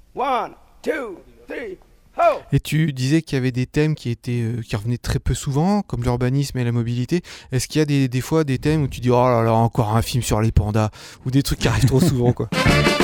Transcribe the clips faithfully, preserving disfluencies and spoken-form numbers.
One, two, three, ho! Et tu disais qu'il y avait des thèmes qui étaient euh, qui revenaient très peu souvent, comme l'urbanisme et la mobilité. Est-ce qu'il y a des, des fois des thèmes où tu dis oh là là, encore un film sur les pandas, ou des trucs qui arrivent trop souvent, quoi?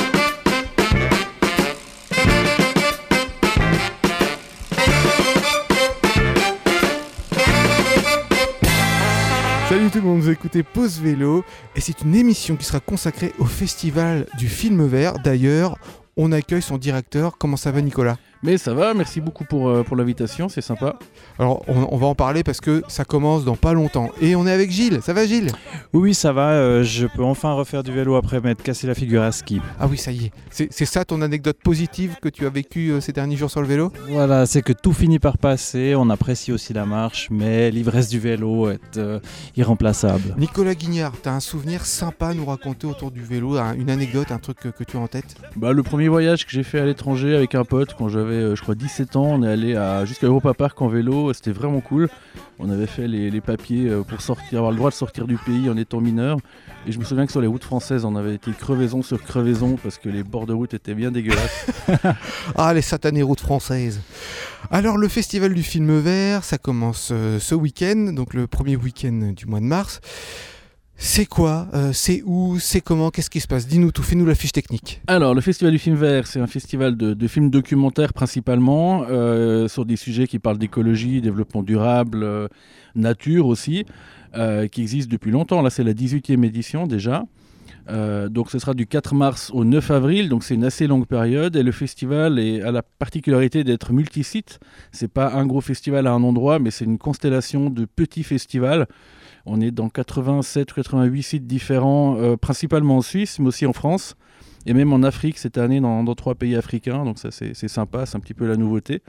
Salut tout le monde, vous écoutez Pause Vélo et c'est une émission qui sera consacrée au Festival du Film Vert. D'ailleurs, on accueille son directeur. Comment ça va, Nicolas ? Mais ça va, merci beaucoup pour, euh, pour l'invitation, c'est sympa. Alors, on, on va en parler parce que ça commence dans pas longtemps. Et on est avec Gilles. Ça va, Gilles ? Oui, ça va. Euh, je peux enfin refaire du vélo après m'être cassé la figure à ski. Ah oui, ça y est. C'est, c'est ça ton anecdote positive que tu as vécue euh, ces derniers jours sur le vélo ? Voilà, c'est que tout finit par passer. On apprécie aussi la marche, mais l'ivresse du vélo est euh, irremplaçable. Nicolas Guignard, t'as un souvenir sympa à nous raconter autour du vélo, un, une anecdote, un truc que, que tu as en tête ? Bah, le premier voyage que j'ai fait à l'étranger avec un pote quand j'avais, euh, je crois, dix-sept ans, on est allé à, jusqu'à Europa Park en vélo, c'était vraiment cool. On avait fait les, les papiers pour sortir, avoir le droit de sortir du pays en étant mineur. Et je me souviens que sur les routes françaises, on avait été crevaison sur crevaison parce que les bords de route étaient bien dégueulasses. Ah, les satanées routes françaises. Alors, le Festival du Film Vert, ça commence euh, ce week-end, donc le premier week-end du mois de mars. C'est quoi euh, C'est où C'est comment Qu'est-ce qui se passe ? Dis-nous tout, fais-nous la fiche technique. Alors, le Festival du Film Vert, c'est un festival de, de films documentaires principalement, euh, sur des sujets qui parlent d'écologie, développement durable, euh, nature aussi, euh, qui existe depuis longtemps. Là, c'est la dix-huitième édition déjà. Euh, donc ce sera du quatre mars au neuf avril, donc c'est une assez longue période et le festival est, a la particularité d'être multisite. C'est pas un gros festival à un endroit, mais c'est une constellation de petits festivals. On est dans quatre-vingt-sept quatre-vingt-huit sites différents, euh, principalement en Suisse, mais aussi en France et même en Afrique cette année dans, dans trois pays africains. Donc ça c'est, c'est sympa, c'est un petit peu la nouveauté.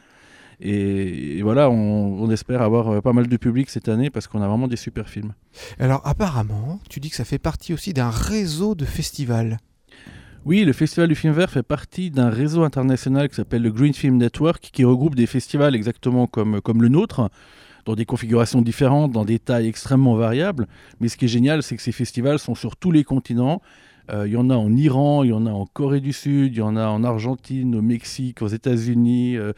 Et, et voilà, on, on espère avoir pas mal de public cette année parce qu'on a vraiment des super films. Alors apparemment, tu dis que ça fait partie aussi d'un réseau de festivals. Oui, le Festival du Film Vert fait partie d'un réseau international qui s'appelle le Green Film Network, qui regroupe des festivals exactement comme, comme le nôtre, dans des configurations différentes, dans des tailles extrêmement variables. Mais ce qui est génial, c'est que ces festivals sont sur tous les continents. Euh, il y en a en Iran, il y en a en Corée du Sud, il y en a en Argentine, au Mexique, aux États-Unis, euh,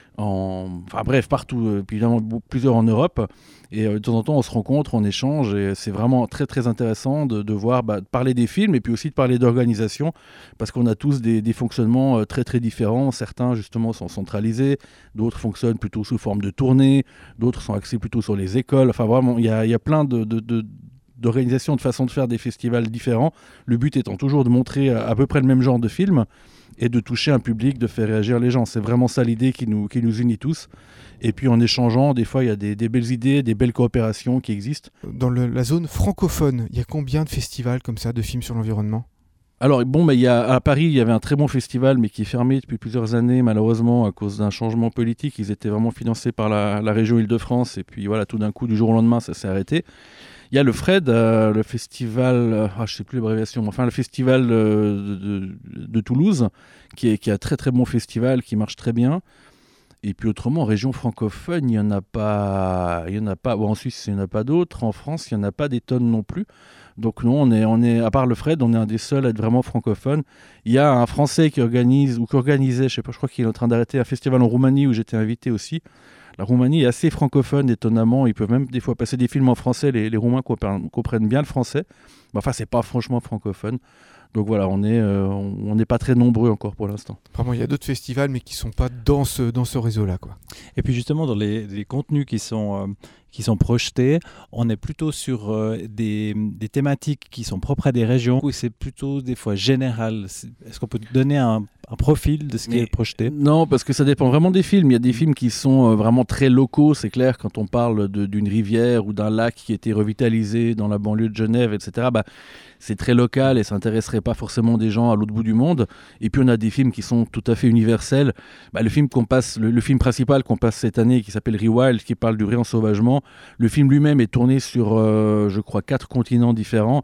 en... enfin bref, partout, euh, puis évidemment plusieurs en Europe. Et euh, de temps en temps, on se rencontre, on échange, et c'est vraiment très très intéressant de, de voir, bah, de parler des films, et puis aussi de parler d'organisation, parce qu'on a tous des, des fonctionnements euh, très très différents. Certains justement sont centralisés, d'autres fonctionnent plutôt sous forme de tournée, d'autres sont axés plutôt sur les écoles. Enfin vraiment, il y a, y a plein de, de, de d'organisation, de façon de faire des festivals différents. Le but étant toujours de montrer à, à peu près le même genre de film et de toucher un public, de faire réagir les gens. C'est vraiment ça l'idée qui nous, qui nous unit tous. Et puis en échangeant, des fois il y a des, des belles idées, des belles coopérations qui existent. Dans le, la zone francophone, il y a combien de festivals comme ça, de films sur l'environnement ? Alors bon, bah, y a, à Paris, il y avait un très bon festival, mais qui est fermé depuis plusieurs années, malheureusement, à cause d'un changement politique. Ils étaient vraiment financés par la, la région Île-de-France, et puis voilà, tout d'un coup, du jour au lendemain, ça s'est arrêté. Il y a le Fred, euh, le festival, euh, ah, je ne sais plus l'abréviation, mais enfin le festival euh, de, de, de Toulouse, qui est, qui est un très très bon festival, qui marche très bien. Et puis autrement, en région francophone, il n'y en a pas, il y en a pas. Bon, en Suisse, il n'y en a pas d'autres. En France, il n'y en a pas des tonnes non plus. Donc non, on est, on est, à part le Fred, on est un des seuls à être vraiment francophone. Il y a un Français qui organise, ou qui organisait, je sais pas, je crois qu'il est en train d'arrêter un festival en Roumanie où j'étais invité aussi. La Roumanie est assez francophone, étonnamment. Ils peuvent même des fois passer des films en français. Les, les Roumains comprennent, comprennent bien le français. Mais enfin, c'est pas franchement francophone. Donc voilà, on n'est euh, on n'est pas très nombreux encore pour l'instant. Vraiment, il y a d'autres festivals, mais qui ne sont pas dans ce, dans ce réseau-là, quoi. Et puis justement, dans les, les contenus qui sont, euh, qui sont projetés, on est plutôt sur euh, des, des thématiques qui sont propres à des régions, où c'est plutôt des fois général. Est-ce qu'on peut donner un, un profil de ce qui Mais est projeté ? Non, parce que ça dépend vraiment des films. Il y a des films qui sont euh, vraiment très locaux, c'est clair, quand on parle de, d'une rivière ou d'un lac qui a été revitalisé dans la banlieue de Genève, et cetera, bah, c'est très local et ça n'intéresserait pas forcément des gens à l'autre bout du monde. Et puis on a des films qui sont tout à fait universels. Bah, le film qu'on passe, le, le film principal qu'on passe cette année, qui s'appelle Rewild, qui parle du réensauvagement, le film lui-même est tourné sur, euh, je crois, quatre continents différents.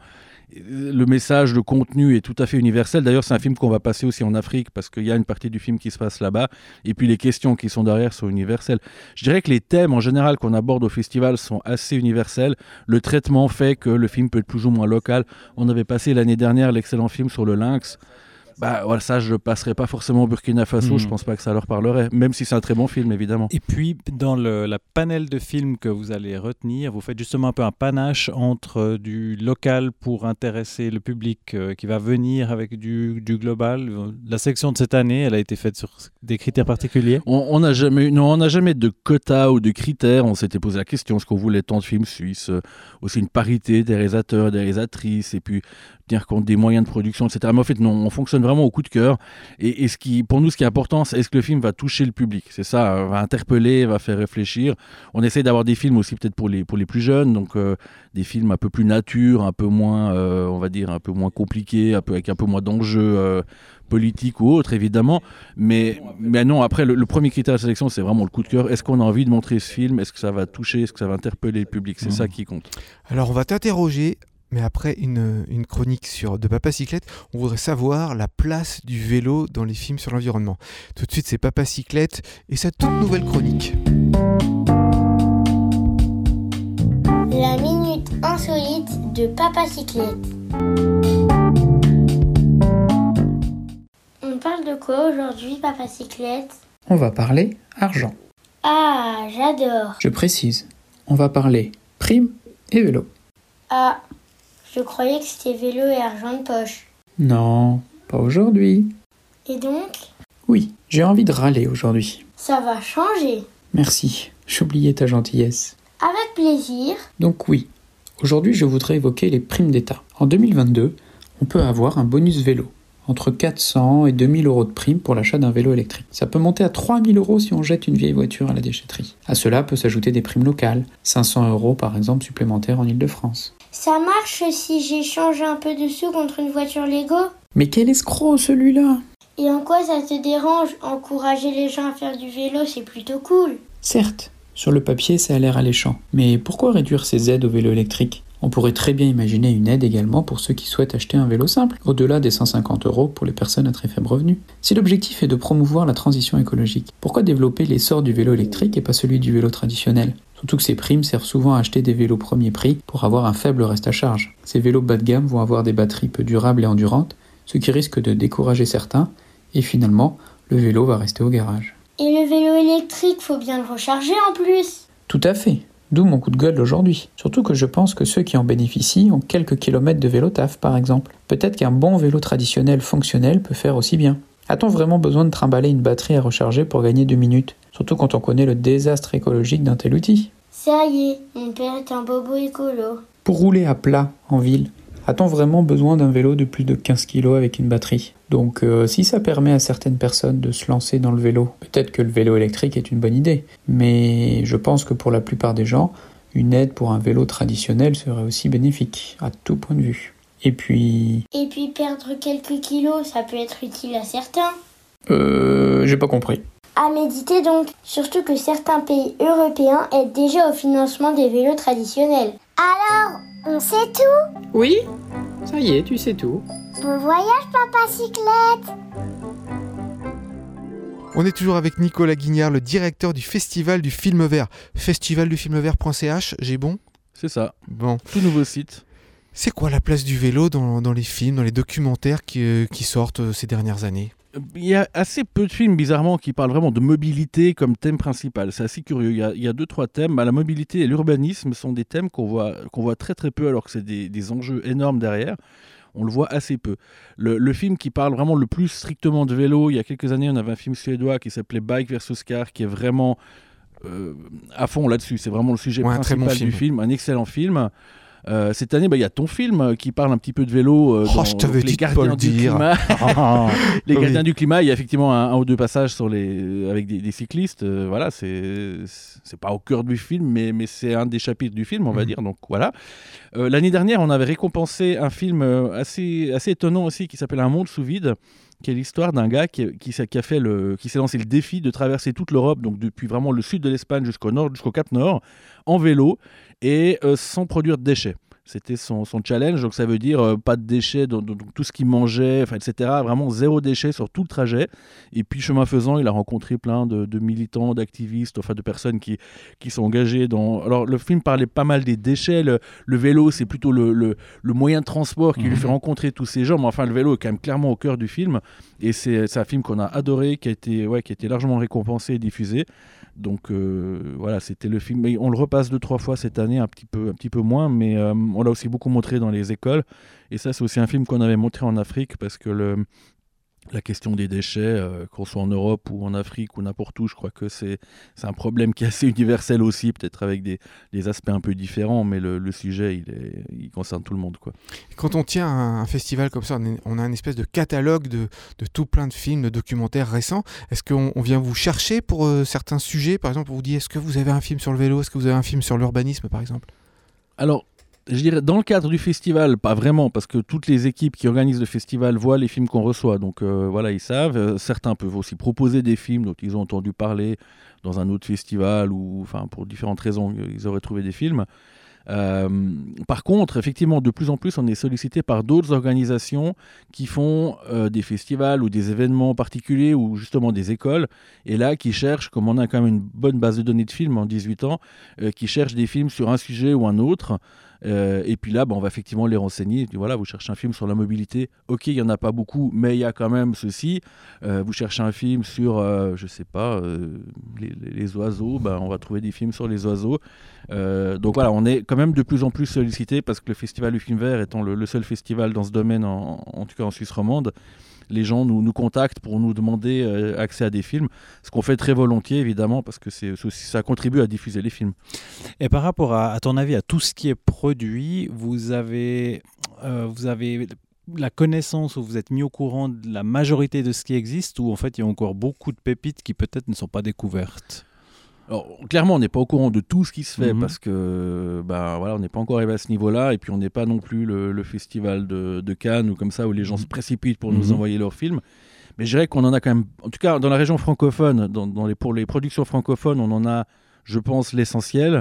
Le message, le contenu est tout à fait universel. D'ailleurs, c'est un film qu'on va passer aussi en Afrique parce qu'il y a une partie du film qui se passe là-bas. Et puis les questions qui sont derrière sont universelles. Je dirais que les thèmes en général qu'on aborde au festival sont assez universels. Le traitement fait que le film peut être plus ou moins local. On avait passé l'année dernière l'excellent film sur le lynx. Bah voilà, ça je ne passerai pas forcément au Burkina Faso, Mmh. je pense pas que ça leur parlerait, même si c'est un très bon film évidemment. Et puis, dans le, la panel de films que vous allez retenir, vous faites justement un peu un panache entre euh, du local pour intéresser le public euh, qui va venir avec du, du global. La sélection de cette année, elle a été faite sur des critères particuliers. On on n'a jamais, non, on n'a jamais de quota ou de critères. On s'était posé la question est-ce qu'on voulait tant de films suisses, euh, aussi une parité des réalisateurs, des réalisatrices, et puis tenir compte des moyens de production, et cetera. Mais en fait, non, on fonctionne vraiment au coup de cœur. Et, et ce qui, pour nous, ce qui est important, c'est est-ce que le film va toucher le public. C'est ça, euh, va interpeller, va faire réfléchir. On essaie d'avoir des films aussi peut-être pour les, pour les plus jeunes, donc euh, des films un peu plus nature, un peu moins, euh, on va dire, un peu moins compliqués, un peu, avec un peu moins d'enjeux euh, politiques ou autres, évidemment. Mais, mais non, après, le, le premier critère de sélection, c'est vraiment le coup de cœur. Est-ce qu'on a envie de montrer ce film? Est-ce que ça va toucher? Est-ce que ça va interpeller le public? C'est Mmh. ça qui compte. Alors on va t'interroger, mais après une, une chronique sur de Papa Cyclette, on voudrait savoir la place du vélo dans les films sur l'environnement. Tout de suite, c'est Papa Cyclette et sa toute nouvelle chronique. La minute insolite de Papa Cyclette. On parle de quoi aujourd'hui, Papa Cyclette? On va parler argent. Ah, j'adore. Je précise, on va parler prime et vélo. Ah, je croyais que c'était vélo et argent de poche. Non, pas aujourd'hui. Et donc, Oui, j'ai envie de râler aujourd'hui. ça va changer. Merci, j'oubliais ta gentillesse. Avec plaisir. Donc oui, aujourd'hui je voudrais évoquer les primes d'État. En deux mille vingt-deux, on peut avoir un bonus vélo. Entre quatre cents et deux mille euros de prime pour l'achat d'un vélo électrique. Ça peut monter à trois mille euros si on jette une vieille voiture à la déchetterie. À cela peut s'ajouter des primes locales, cinq cents euros par exemple supplémentaires en Île-de-France. Ça marche si j'échange un peu de sous contre une voiture Lego? Mais quel escroc celui-là! Et en quoi ça te dérange? Encourager les gens à faire du vélo, c'est plutôt cool. Certes, sur le papier ça a l'air alléchant, mais pourquoi réduire ces aides au vélo électrique? On pourrait très bien imaginer une aide également pour ceux qui souhaitent acheter un vélo simple, au-delà des cent cinquante euros pour les personnes à très faible revenu. Si l'objectif est de promouvoir la transition écologique, pourquoi développer l'essor du vélo électrique et pas celui du vélo traditionnel? Surtout que ces primes servent souvent à acheter des vélos premier prix pour avoir un faible reste à charge. Ces vélos bas de gamme vont avoir des batteries peu durables et endurantes, ce qui risque de décourager certains, et finalement, le vélo va rester au garage. Et le vélo électrique, faut bien le recharger en plus. Tout à fait. D'où mon coup de gueule aujourd'hui. Surtout que je pense que ceux qui en bénéficient ont quelques kilomètres de vélo taf, par exemple. Peut-être qu'un bon vélo traditionnel fonctionnel peut faire aussi bien. A-t-on vraiment besoin de trimballer une batterie à recharger pour gagner deux minutes? Surtout quand on connaît le désastre écologique d'un tel outil. Ça y est, mon père est un bobo écolo. Pour rouler à plat, en ville, a-t-on vraiment besoin d'un vélo de plus de quinze kilos avec une batterie? Donc euh, si ça permet à certaines personnes de se lancer dans le vélo, peut-être que le vélo électrique est une bonne idée. Mais je pense que pour la plupart des gens, une aide pour un vélo traditionnel serait aussi bénéfique, à tout point de vue. Et puis... Et puis perdre quelques kilos, ça peut être utile à certains. Euh... J'ai pas compris. À méditer donc, surtout que certains pays européens aident déjà au financement des vélos traditionnels. Alors, on sait tout? Oui, ça y est, tu sais tout. Bon voyage, Papa Cyclette! On est toujours avec Nicolas Guignard, le directeur du Festival du Film Vert. festival du film vert point c h, j'ai bon? C'est ça, Bon. tout nouveau site. C'est quoi la place du vélo dans, dans les films, dans les documentaires qui, euh, qui sortent euh, ces dernières années? Il y a assez peu de films, bizarrement, qui parlent vraiment de mobilité comme thème principal. C'est assez curieux. Il y a, il y a deux, trois thèmes. Bah, la mobilité et l'urbanisme sont des thèmes qu'on voit, qu'on voit très, très peu, alors que c'est des, des enjeux énormes derrière. On le voit assez peu. Le, le film qui parle vraiment le plus strictement de vélo, il y a quelques années, on avait un film suédois qui s'appelait Bike versus Car, qui est vraiment euh, à fond là-dessus. C'est vraiment le sujet Ouais, un très principal bon film. du film. Un excellent film. Euh, cette année, bah, il y a ton film euh, qui parle un petit peu de vélo. Euh, Oh, dans, je t'avais donc, dit les de pas gardiens le du dire. climat. Les Oui. gardiens du climat, il y a effectivement un, un ou deux passages sur les, avec des, des cyclistes. Euh, voilà, c'est c'est pas au cœur du film, mais, mais c'est un des chapitres du film, on va Mhm. dire. Donc voilà. Euh, L'année dernière, on avait récompensé un film euh, assez, assez étonnant aussi qui s'appelle Un monde sous vide, qui est l'histoire d'un gars qui, qui, s'est- qui a fait le, qui s'est lancé le défi de traverser toute l'Europe, donc depuis vraiment le sud de l'Espagne jusqu'au nord, jusqu'au Cap Nord, en vélo et euh, sans produire de déchets. C'était son, son challenge, donc ça veut dire euh, pas de déchets, donc, donc tout ce qu'il mangeait, et cetera. Vraiment zéro déchet sur tout le trajet. Et puis chemin faisant, il a rencontré plein de, de militants, d'activistes, enfin de personnes qui, qui sont engagées dans... Alors le film parlait pas mal des déchets, le, le vélo c'est plutôt le, le, le moyen de transport qui mmh. lui fait rencontrer tous ces gens, mais enfin le vélo est quand même clairement au cœur du film. Et c'est, c'est un film qu'on a adoré, qui a été, ouais, qui a été largement récompensé et diffusé. Donc euh, voilà, c'était le film. Mais on le repasse deux, trois fois cette année, un petit peu, un petit peu moins, mais euh, on l'a aussi beaucoup montré dans les écoles. Et ça, c'est aussi un film qu'on avait montré en Afrique parce que le, la question des déchets, euh, qu'on soit en Europe ou en Afrique ou n'importe où, je crois que c'est, c'est un problème qui est assez universel aussi, peut-être avec des, des aspects un peu différents, mais le, le sujet, il, est, il concerne tout le monde, quoi. Quand on tient un, un festival comme ça, on, est, on a une espèce de catalogue de, de tout plein de films, de documentaires récents. Est-ce qu'on on vient vous chercher pour euh, certains sujets? Par exemple, on vous dit, est-ce que vous avez un film sur le vélo? Est-ce que vous avez un film sur l'urbanisme, par exemple? Alors, je dirais, dans le cadre du festival, pas vraiment, parce que toutes les équipes qui organisent le festival voient les films qu'on reçoit. Donc euh, voilà, ils savent. Euh, certains peuvent aussi proposer des films dont ils ont entendu parler dans un autre festival ou, enfin, pour différentes raisons, ils auraient trouvé des films. Euh, par contre, effectivement, de plus en plus, on est sollicité par d'autres organisations qui font euh, des festivals ou des événements particuliers ou justement des écoles, et là, qui cherchent, comme on a quand même une bonne base de données de films en dix-huit ans, euh, qui cherchent des films sur un sujet ou un autre. Euh, et puis là, bah, on va effectivement les renseigner. Puis voilà, vous cherchez un film sur la mobilité. Ok, il n'y en a pas beaucoup, mais il y a quand même ceci. Euh, vous cherchez un film sur, euh, je ne sais pas, euh, les, les oiseaux. Bah, on va trouver des films sur les oiseaux. Euh, donc voilà, on est quand même de plus en plus sollicité parce que le Festival du film vert étant le, le seul festival dans ce domaine, en, en tout cas en Suisse romande, les gens nous, nous contactent pour nous demander euh, accès à des films, ce qu'on fait très volontiers évidemment parce que c'est, c'est aussi, ça contribue à diffuser les films. Et par rapport à, à ton avis, à tout ce qui est produit, vous avez, euh, vous avez la connaissance ou vous êtes mis au courant de la majorité de ce qui existe ou en fait il y a encore beaucoup de pépites qui peut-être ne sont pas découvertes? Alors, clairement, on n'est pas au courant de tout ce qui se fait mmh. parce que ben, voilà, on n'est pas encore arrivé à ce niveau-là et puis on n'est pas non plus le, le festival de, de Cannes ou comme ça où les gens mmh. se précipitent pour mmh. nous envoyer leurs films. Mais je dirais qu'on en a quand même, en tout cas dans la région francophone, dans, dans les, pour les productions francophones, on en a, je pense, l'essentiel.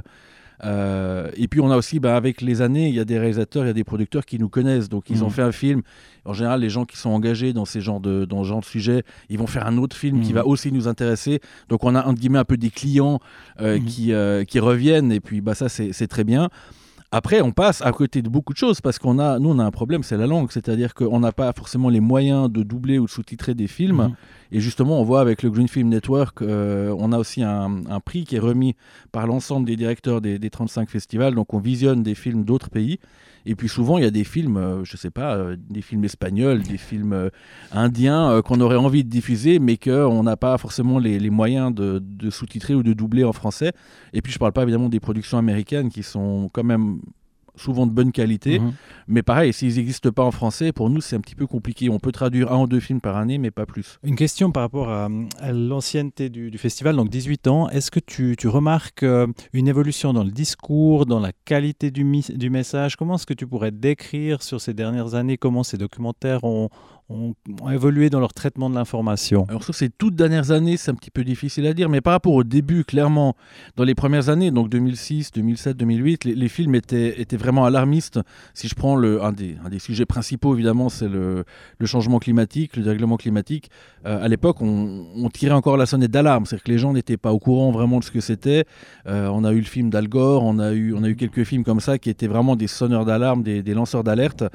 Euh, et puis on a aussi, bah, avec les années, il y a des réalisateurs, il y a des producteurs qui nous connaissent, donc ils mmh. ont fait un film. En général, les gens qui sont engagés dans ces genres de, dans ce genre de sujet, ils vont faire un autre film mmh. qui va aussi nous intéresser. Donc on a entre guillemets un peu des clients euh, mmh. qui, euh, qui reviennent, et puis bah, ça c'est, c'est très bien. Après, on passe à côté de beaucoup de choses parce qu'on a, nous, on a un problème, c'est la langue. C'est-à-dire qu'on n'a pas forcément les moyens de doubler ou de sous-titrer des films. Mmh. Et justement, on voit avec le Green Film Network, euh, on a aussi un, un prix qui est remis par l'ensemble des directeurs des, des trente-cinq festivals. Donc, on visionne des films d'autres pays. Et puis souvent, il y a des films, euh, je ne sais pas, euh, des films espagnols, des films euh, indiens euh, qu'on aurait envie de diffuser, mais qu'on n'a pas forcément les, les moyens de, de sous-titrer ou de doubler en français. Et puis, je ne parle pas évidemment des productions américaines qui sont quand même souvent de bonne qualité, mmh. mais pareil, s'ils n'existent pas en français, pour nous c'est un petit peu compliqué. On peut traduire un ou deux films par année, mais pas plus. Une question par rapport à, à l'ancienneté du, du festival, donc dix-huit ans, est-ce que tu, tu remarques euh, une évolution dans le discours, dans la qualité du, mi- du message? Comment est-ce que tu pourrais décrire sur ces dernières années comment ces documentaires ont, ont, ont évolué dans leur traitement de l'information? Alors sur ces toutes dernières années, c'est un petit peu difficile à dire, mais par rapport au début, clairement, dans les premières années, donc deux mille six, deux mille sept, deux mille huit, les, les films étaient, étaient vraiment alarmistes. Si je prends le, un, des, un des sujets principaux, évidemment, c'est le, le changement climatique, le dérèglement climatique. Euh, à l'époque, on, on tirait encore la sonnette d'alarme, c'est-à-dire que les gens n'étaient pas au courant vraiment de ce que c'était. Euh, on a eu le film d'Al Gore, on a eu, on a eu quelques films comme ça qui étaient vraiment des sonneurs d'alarme, des, des lanceurs d'alerte.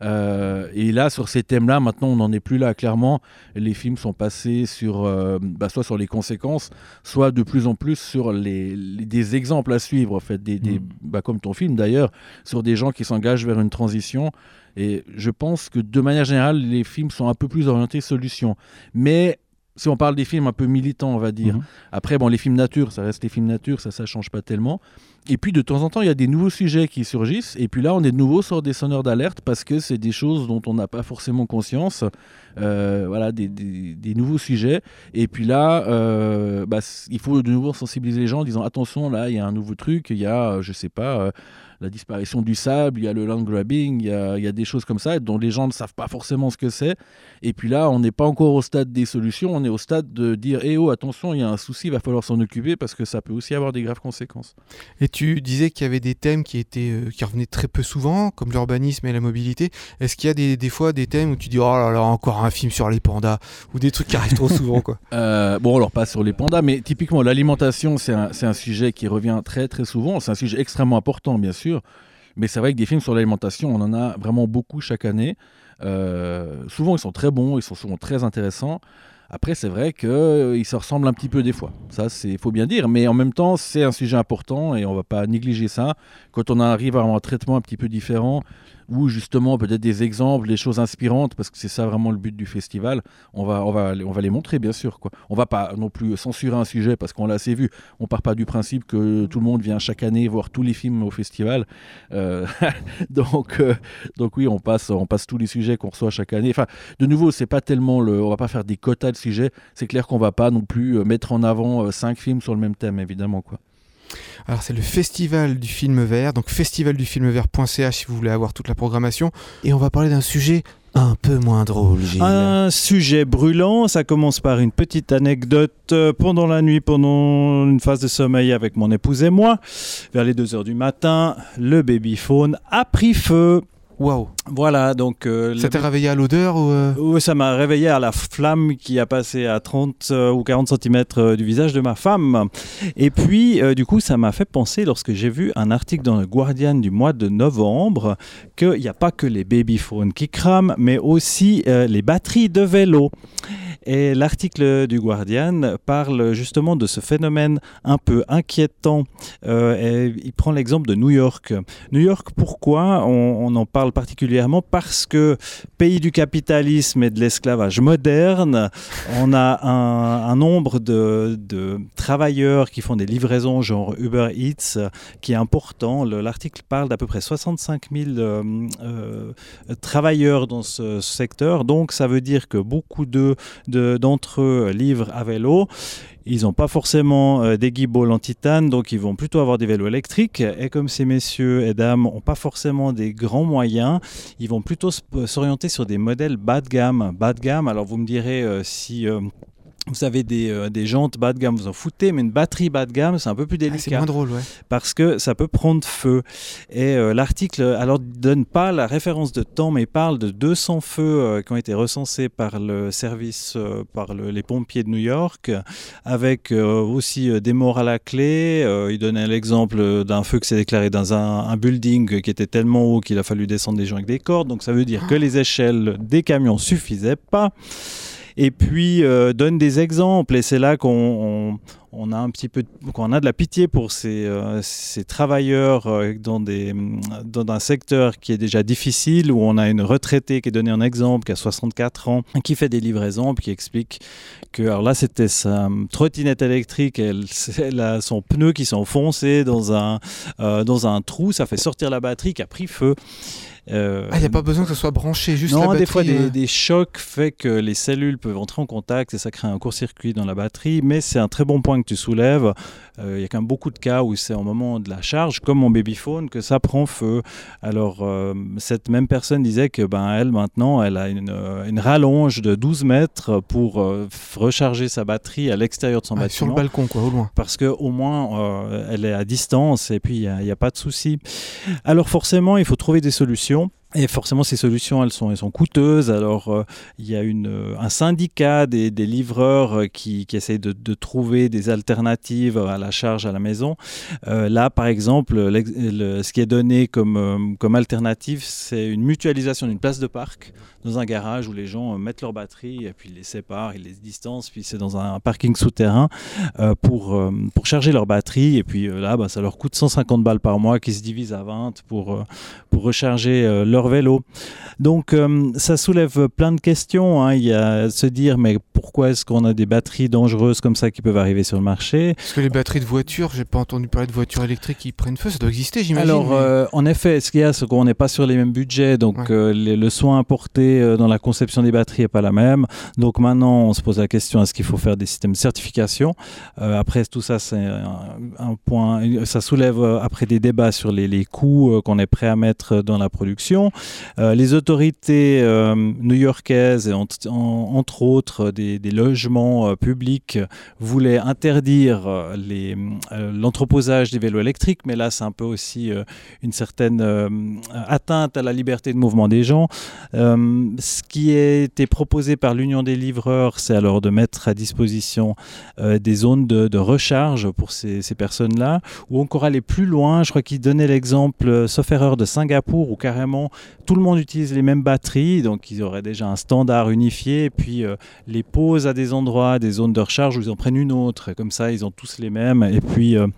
Euh, et là, sur ces thèmes-là, maintenant, on n'en est plus là, clairement. Les films sont passés sur, euh, bah, soit sur les conséquences, soit de plus en plus sur les, les, des exemples à suivre, en fait, des, des, mmh. bah, comme ton film d'ailleurs, sur des gens qui s'engagent vers une transition. Et je pense que de manière générale, les films sont un peu plus orientés solutions. Mais si on parle des films un peu militants, on va dire. Mmh. Après, bon, les films nature, ça reste les films nature, ça, ça change pas tellement. Et puis, de temps en temps, il y a des nouveaux sujets qui surgissent. Et puis là, on est de nouveau sur des sonneurs d'alerte parce que c'est des choses dont on n'a pas forcément conscience. Euh, voilà, des, des, des nouveaux sujets. Et puis là, euh, bah, il faut de nouveau sensibiliser les gens en disant attention, là, il y a un nouveau truc. Il y a, je sais pas, euh, la disparition du sable, il y a le land grabbing, il y a, il y a des choses comme ça dont les gens ne savent pas forcément ce que c'est. Et puis là, on n'est pas encore au stade des solutions, on est au stade de dire eh oh, attention, il y a un souci, il va falloir s'en occuper parce que ça peut aussi avoir des graves conséquences. Et tu disais qu'il y avait des thèmes qui, étaient, euh, qui revenaient très peu souvent, comme l'urbanisme et la mobilité. Est-ce qu'il y a des, des fois des thèmes où tu dis oh là là, encore un film sur les pandas, ou des trucs qui arrivent trop souvent quoi. Euh, bon, alors pas sur les pandas, mais typiquement l'alimentation, c'est un, c'est un sujet qui revient très très souvent. C'est un sujet extrêmement important, bien sûr, mais c'est vrai que des films sur l'alimentation, on en a vraiment beaucoup chaque année. Euh, souvent, ils sont très bons, ils sont souvent très intéressants. Après, c'est vrai qu'ils euh, se ressemblent un petit peu des fois. Ça, il faut bien dire. Mais en même temps, c'est un sujet important et on ne va pas négliger ça. Quand on arrive à avoir un traitement un petit peu différent, ou justement peut-être des exemples, des choses inspirantes, parce que c'est ça vraiment le but du festival, on va, on va, on va les montrer, bien sûr, quoi. On ne va pas non plus censurer un sujet parce qu'on l'a assez vu. On ne part pas du principe que tout le monde vient chaque année voir tous les films au festival. Euh, donc, euh, donc oui, on passe, on passe tous les sujets qu'on reçoit chaque année. Enfin, de nouveau, c'est pas tellement le, on ne va pas faire des quotas de sujets. C'est clair qu'on ne va pas non plus mettre en avant euh, cinq films sur le même thème, évidemment, quoi. Alors c'est le Festival du film vert, donc festival du film vert point c h si vous voulez avoir toute la programmation. Et on va parler d'un sujet un peu moins drôle, Gilles. Un sujet brûlant, ça commence par une petite anecdote. Pendant la nuit, pendant une phase de sommeil avec mon épouse et moi, vers les deux heures du matin, le babyphone a pris feu. Waouh. Voilà, donc... Euh, ça t'a réveillé à l'odeur ou euh... Oui, ça m'a réveillé à la flamme qui a passé à trente euh, ou quarante centimètres euh, du visage de ma femme. Et puis, euh, du coup, ça m'a fait penser, lorsque j'ai vu un article dans le Guardian du mois de novembre, qu'il n'y a pas que les babyphones qui crament, mais aussi euh, les batteries de vélo. Et l'article du Guardian parle justement de ce phénomène un peu inquiétant. Euh, et il prend l'exemple de New York. New York, pourquoi on, on en parle particulièrement? Parce que pays du capitalisme et de l'esclavage moderne, on a un, un nombre de, de travailleurs qui font des livraisons genre Uber Eats qui est important. Le, l'article parle d'à peu près soixante-cinq mille euh, euh, travailleurs dans ce secteur. Donc ça veut dire que beaucoup de De, d'entre eux livrent à vélo. Ils n'ont pas forcément euh, des guibolles en titane, donc ils vont plutôt avoir des vélos électriques. Et comme ces messieurs et dames n'ont pas forcément des grands moyens, ils vont plutôt s'orienter sur des modèles bas de gamme. Bas de gamme, alors vous me direz euh, si... Euh, vous avez des, euh, des jantes bas de gamme, vous en foutez, mais une batterie bas de gamme, c'est un peu plus délicat. Ah, c'est moins drôle, ouais. Parce que ça peut prendre feu. Et euh, l'article, alors, ne donne pas la référence de temps, mais il parle de deux cents feux euh, qui ont été recensés par le service, euh, par le, les pompiers de New York, avec euh, aussi euh, des morts à la clé. Euh, il donnait l'exemple d'un feu qui s'est déclaré dans un, un building qui était tellement haut qu'il a fallu descendre des gens avec des cordes. Donc ça veut dire que les échelles des camions suffisaient pas. Et puis euh, donne des exemples, et c'est là qu'on on, on a un petit peu, qu'on a de la pitié pour ces, euh, ces travailleurs euh, dans, des, dans un secteur qui est déjà difficile, où on a une retraitée qui est donnée en exemple, qui a soixante-quatre ans, qui fait des livraisons, puis qui explique que, alors là c'était sa trottinette électrique, elle, elle a son pneu qui s'est enfoncé dans un, euh, dans un trou, ça fait sortir la batterie qui a pris feu. Euh, ah, il n'y a pas besoin que ça soit branché, juste non, la batterie. des fois, des, euh... des chocs fait que les cellules peuvent entrer en contact et ça crée un court-circuit dans la batterie. Mais c'est un très bon point que tu soulèves. Euh, il y a quand même beaucoup de cas où c'est au moment de la charge, comme mon babyphone, que ça prend feu. Alors, euh, cette même personne disait que ben, elle, maintenant, elle a une, une rallonge de douze mètres pour euh, recharger sa batterie à l'extérieur de son ah, bâtiment. Sur le balcon, quoi, au loin. Parce qu'au moins, euh, elle est à distance et puis il n'y a, a pas de souci. Alors, forcément, il faut trouver des solutions. Et forcément, ces solutions, elles sont, elles sont coûteuses. Alors, euh, il y a une, un syndicat des, des livreurs qui, qui essayent de, de trouver des alternatives à la charge à la maison. Euh, là, par exemple, le, le, ce qui est donné comme, euh, comme alternative, c'est une mutualisation d'une place de parc dans un garage où les gens euh, mettent leur batterie et puis ils les séparent, ils les distancent, puis c'est dans un parking souterrain euh, pour, euh, pour charger leur batterie. Et puis euh, là, bah, ça leur coûte cent cinquante balles par mois qui se divise à vingt pour, euh, pour recharger euh, leur leur vélo. Donc euh, ça soulève plein de questions, hein. Il y a se dire mais pourquoi est-ce qu'on a des batteries dangereuses comme ça qui peuvent arriver sur le marché? Parce que les batteries de voitures, j'ai pas entendu parler de voitures électriques qui prennent feu, ça doit exister j'imagine. Alors mais... euh, en effet, ce qu'il y a, c'est qu'on n'est pas sur les mêmes budgets, donc ouais. euh, les, le soin apporté euh, dans la conception des batteries n'est pas la même. Donc maintenant on se pose la question, est-ce qu'il faut faire des systèmes de certification? euh, Après tout ça c'est un, un point, ça soulève euh, après des débats sur les, les coûts euh, qu'on est prêt à mettre dans la production. Euh, les autorités euh, new-yorkaises et en, en, entre autres des, des logements euh, publics voulaient interdire euh, les, euh, l'entreposage des vélos électriques, mais là c'est un peu aussi euh, une certaine euh, atteinte à la liberté de mouvement des gens. Euh, ce qui a été proposé par l'Union des livreurs, c'est alors de mettre à disposition euh, des zones de, de recharge pour ces, ces personnes-là, ou encore aller plus loin. Je crois qu'il donnait l'exemple, euh, sauf erreur, de Singapour, où carrément tout le monde utilise les mêmes batteries, donc ils auraient déjà un standard unifié, et puis euh, les posent à des endroits, des zones de recharge où ils en prennent une autre, et comme ça ils ont tous les mêmes, et puis euh,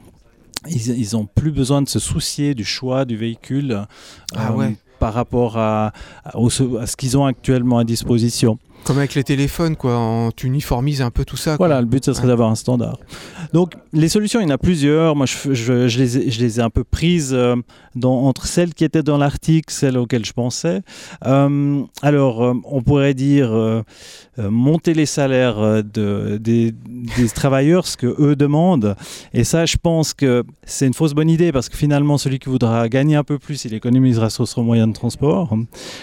ils n'ont plus besoin de se soucier du choix du véhicule euh, ah ouais. par rapport à, à, à ce qu'ils ont actuellement à disposition. Comme avec les téléphones, quoi, en, tu uniformises un peu tout ça. Quoi. Voilà, le but, ce serait ouais. d'avoir un standard. Donc, les solutions, il y en a plusieurs. Moi, je, je, je, les, ai, je les ai un peu prises euh, dans, entre celles qui étaient dans l'article, celles auxquelles je pensais. Euh, alors, euh, on pourrait dire euh, euh, monter les salaires de, des, des travailleurs, ce qu'eux demandent. Et ça, je pense que c'est une fausse bonne idée, parce que finalement, celui qui voudra gagner un peu plus, il économisera sur son moyen de transport.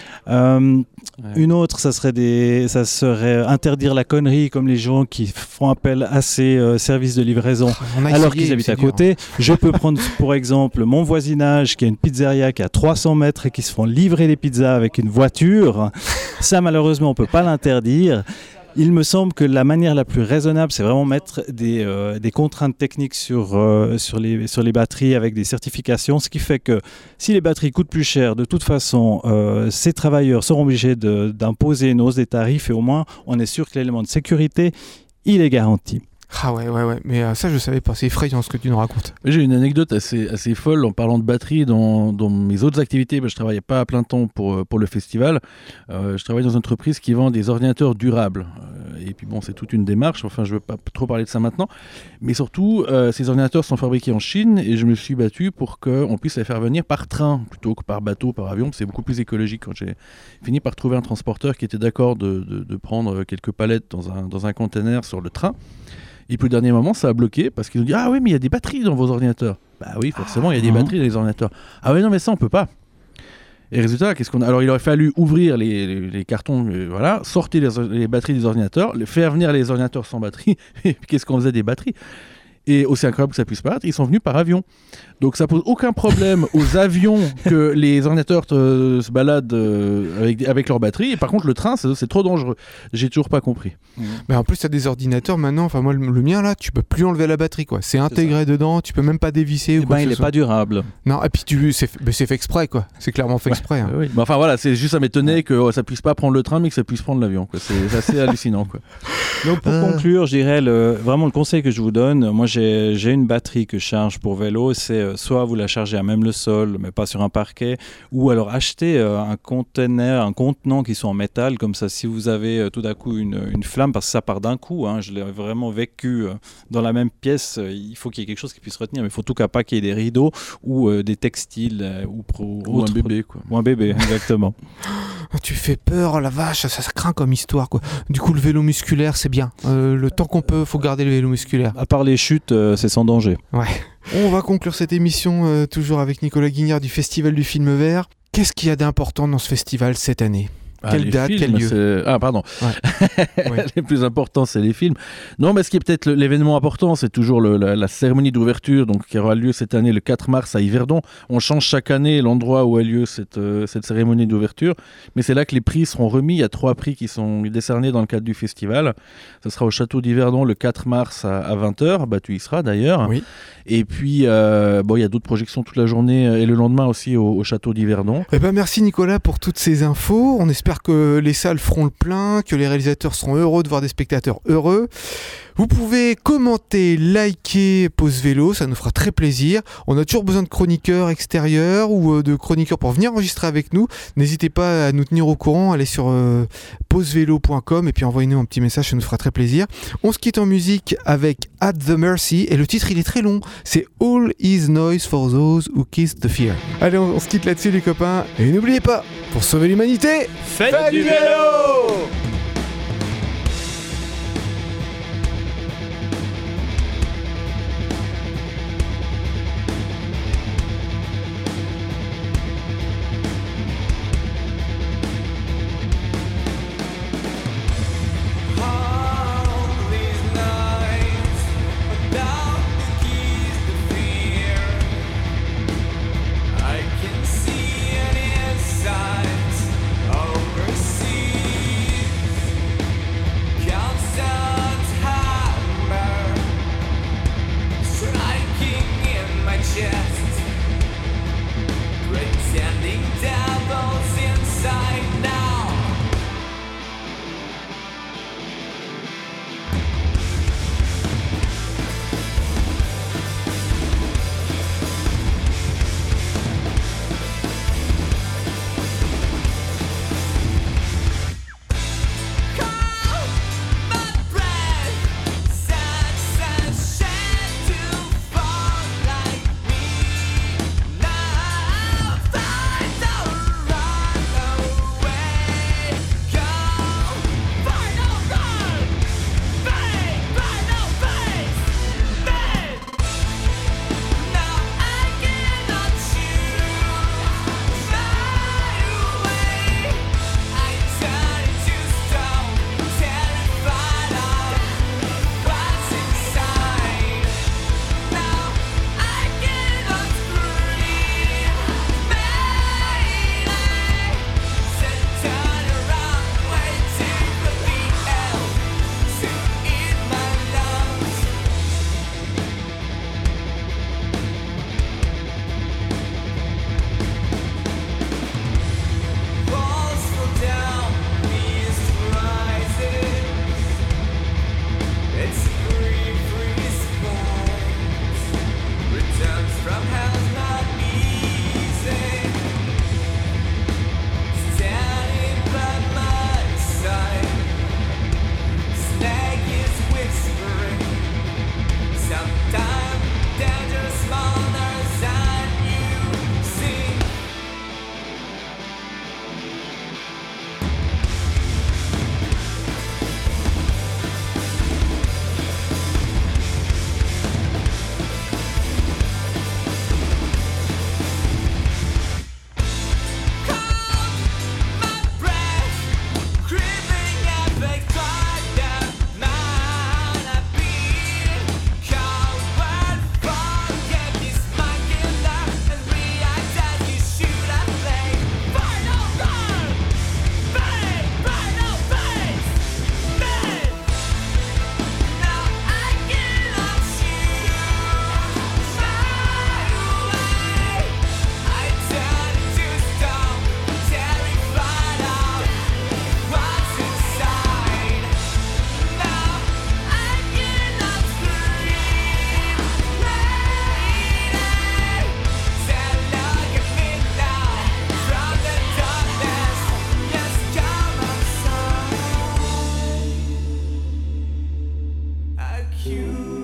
Euh, ouais. Une autre, ça serait, des, ça serait interdire la connerie, comme les gens qui font appel à ces euh, services de livraison alors qu'ils habitent à côté. Dur. Je peux prendre pour exemple mon voisinage qui a une pizzeria qui a trois cents mètres et qui se font livrer des pizzas avec une voiture. Ça, malheureusement, on ne peut pas l'interdire. Il me semble que la manière la plus raisonnable, c'est vraiment mettre des, euh, des contraintes techniques sur, euh, sur, les, sur les batteries avec des certifications, ce qui fait que si les batteries coûtent plus cher, de toute façon, euh, ces travailleurs seront obligés de, d'imposer une hausse des tarifs, et au moins, on est sûr que l'élément de sécurité, il est garanti. Ah ouais, ouais, ouais, mais euh, ça je savais pas, c'est effrayant ce que tu nous racontes. J'ai une anecdote assez, assez folle en parlant de batterie. Dans, dans mes autres activités, bah, je travaillais pas à plein temps pour, pour le festival. Euh, je travaille dans une entreprise qui vend des ordinateurs durables. Euh, et puis bon, c'est toute une démarche, enfin je veux pas trop parler de ça maintenant. Mais surtout, euh, ces ordinateurs sont fabriqués en Chine et je me suis battu pour qu'on puisse les faire venir par train plutôt que par bateau, par avion. C'est beaucoup plus écologique. Quand j'ai fini par trouver un transporteur qui était d'accord de, de, de prendre quelques palettes dans un, dans un container sur le train. Et puis au dernier moment, ça a bloqué parce qu'ils ont dit « Ah oui, mais il y a des batteries dans vos ordinateurs. » Bah oui, forcément, il y a des batteries dans les ordinateurs. « Ah oui, non, mais ça, on peut pas. » Et résultat, qu'est-ce qu'on a ? Alors il aurait fallu ouvrir les, les, les cartons, euh, voilà, sortir les, les batteries des ordinateurs, les, faire venir les ordinateurs sans batterie. Et puis qu'est-ce qu'on faisait des batteries ? Et aussi incroyable que ça puisse paraître, ils sont venus par avion. Donc ça pose aucun problème aux avions que les ordinateurs te, se baladent euh, avec, avec leur batterie. Et par contre, le train, c'est, c'est trop dangereux. J'ai toujours pas compris. Mmh. Mais en plus, tu as des ordinateurs maintenant. Enfin, moi, le, le mien, là, tu peux plus enlever la batterie, quoi. C'est intégré c'est dedans. Tu peux même pas dévisser. Et ou quoi ben, il n'est pas durable. Non, et puis tu, c'est, mais c'est fait exprès, quoi. C'est clairement fait ouais. exprès. Hein. Oui. Mais enfin, voilà, c'est juste à m'étonner que oh, ça puisse pas prendre le train, mais que ça puisse prendre l'avion, quoi. C'est, c'est assez hallucinant, quoi. Donc, pour euh... conclure, je dirais le, vraiment le conseil que je vous donne. Moi, j'ai, j'ai une batterie que je charge pour vélo. C'est euh, soit vous la chargez à même le sol, mais pas sur un parquet, ou alors acheter euh, un conteneur, un contenant qui soit en métal, comme ça si vous avez euh, tout d'un coup une, une flamme, parce que ça part d'un coup, hein, je l'ai vraiment vécu euh, dans la même pièce, euh, il faut qu'il y ait quelque chose qui puisse retenir, mais il faut en tout cas pas qu'il y ait des rideaux ou euh, des textiles euh, ou, pro, ou un bébé quoi. Ou un bébé, exactement. Tu fais peur, la vache, ça, ça craint comme histoire quoi. Du coup le vélo musculaire c'est bien, euh, le temps qu'on peut, faut garder le vélo musculaire. À part les chutes, euh, c'est sans danger. Ouais. On va conclure cette émission euh, toujours avec Nicolas Guignard du Festival du Film Vert. Qu'est-ce qu'il y a d'important dans ce festival cette année ? Ah, Quelle date, films, quel lieu c'est... Ah, pardon. Ouais. Ouais. Les plus importants, c'est les films. Non, mais ce qui est peut-être l'événement important, c'est toujours le, la, la cérémonie d'ouverture, donc qui aura lieu cette année le quatre mars à Yverdon. On change chaque année l'endroit où a lieu cette, euh, cette cérémonie d'ouverture, mais c'est là que les prix seront remis. Il y a trois prix qui sont décernés dans le cadre du festival. Ce sera au château d'Yverdon le quatre mars à, à vingt heures. Bah, tu y seras d'ailleurs. Oui. Et puis, euh, bon, il y a d'autres projections toute la journée et le lendemain aussi au, au château d'Yverdon. Eh ben, merci Nicolas pour toutes ces infos. On espère que les salles feront le plein, que les réalisateurs seront heureux de voir des spectateurs heureux. Vous pouvez commenter, liker Pause Vélo, ça nous fera très plaisir. On a toujours besoin de chroniqueurs extérieurs ou euh, de chroniqueurs pour venir enregistrer avec nous. N'hésitez pas à nous tenir au courant, allez sur euh, pause vélo point com et puis envoyez-nous un petit message, ça nous fera très plaisir. On se quitte en musique avec At the Mercy et le titre il est très long, c'est All Is Noise for Those Who Kiss the Fear. Allez, on, on se quitte là-dessus les copains et n'oubliez pas, pour sauver l'humanité, Faites, Faites du vélo. you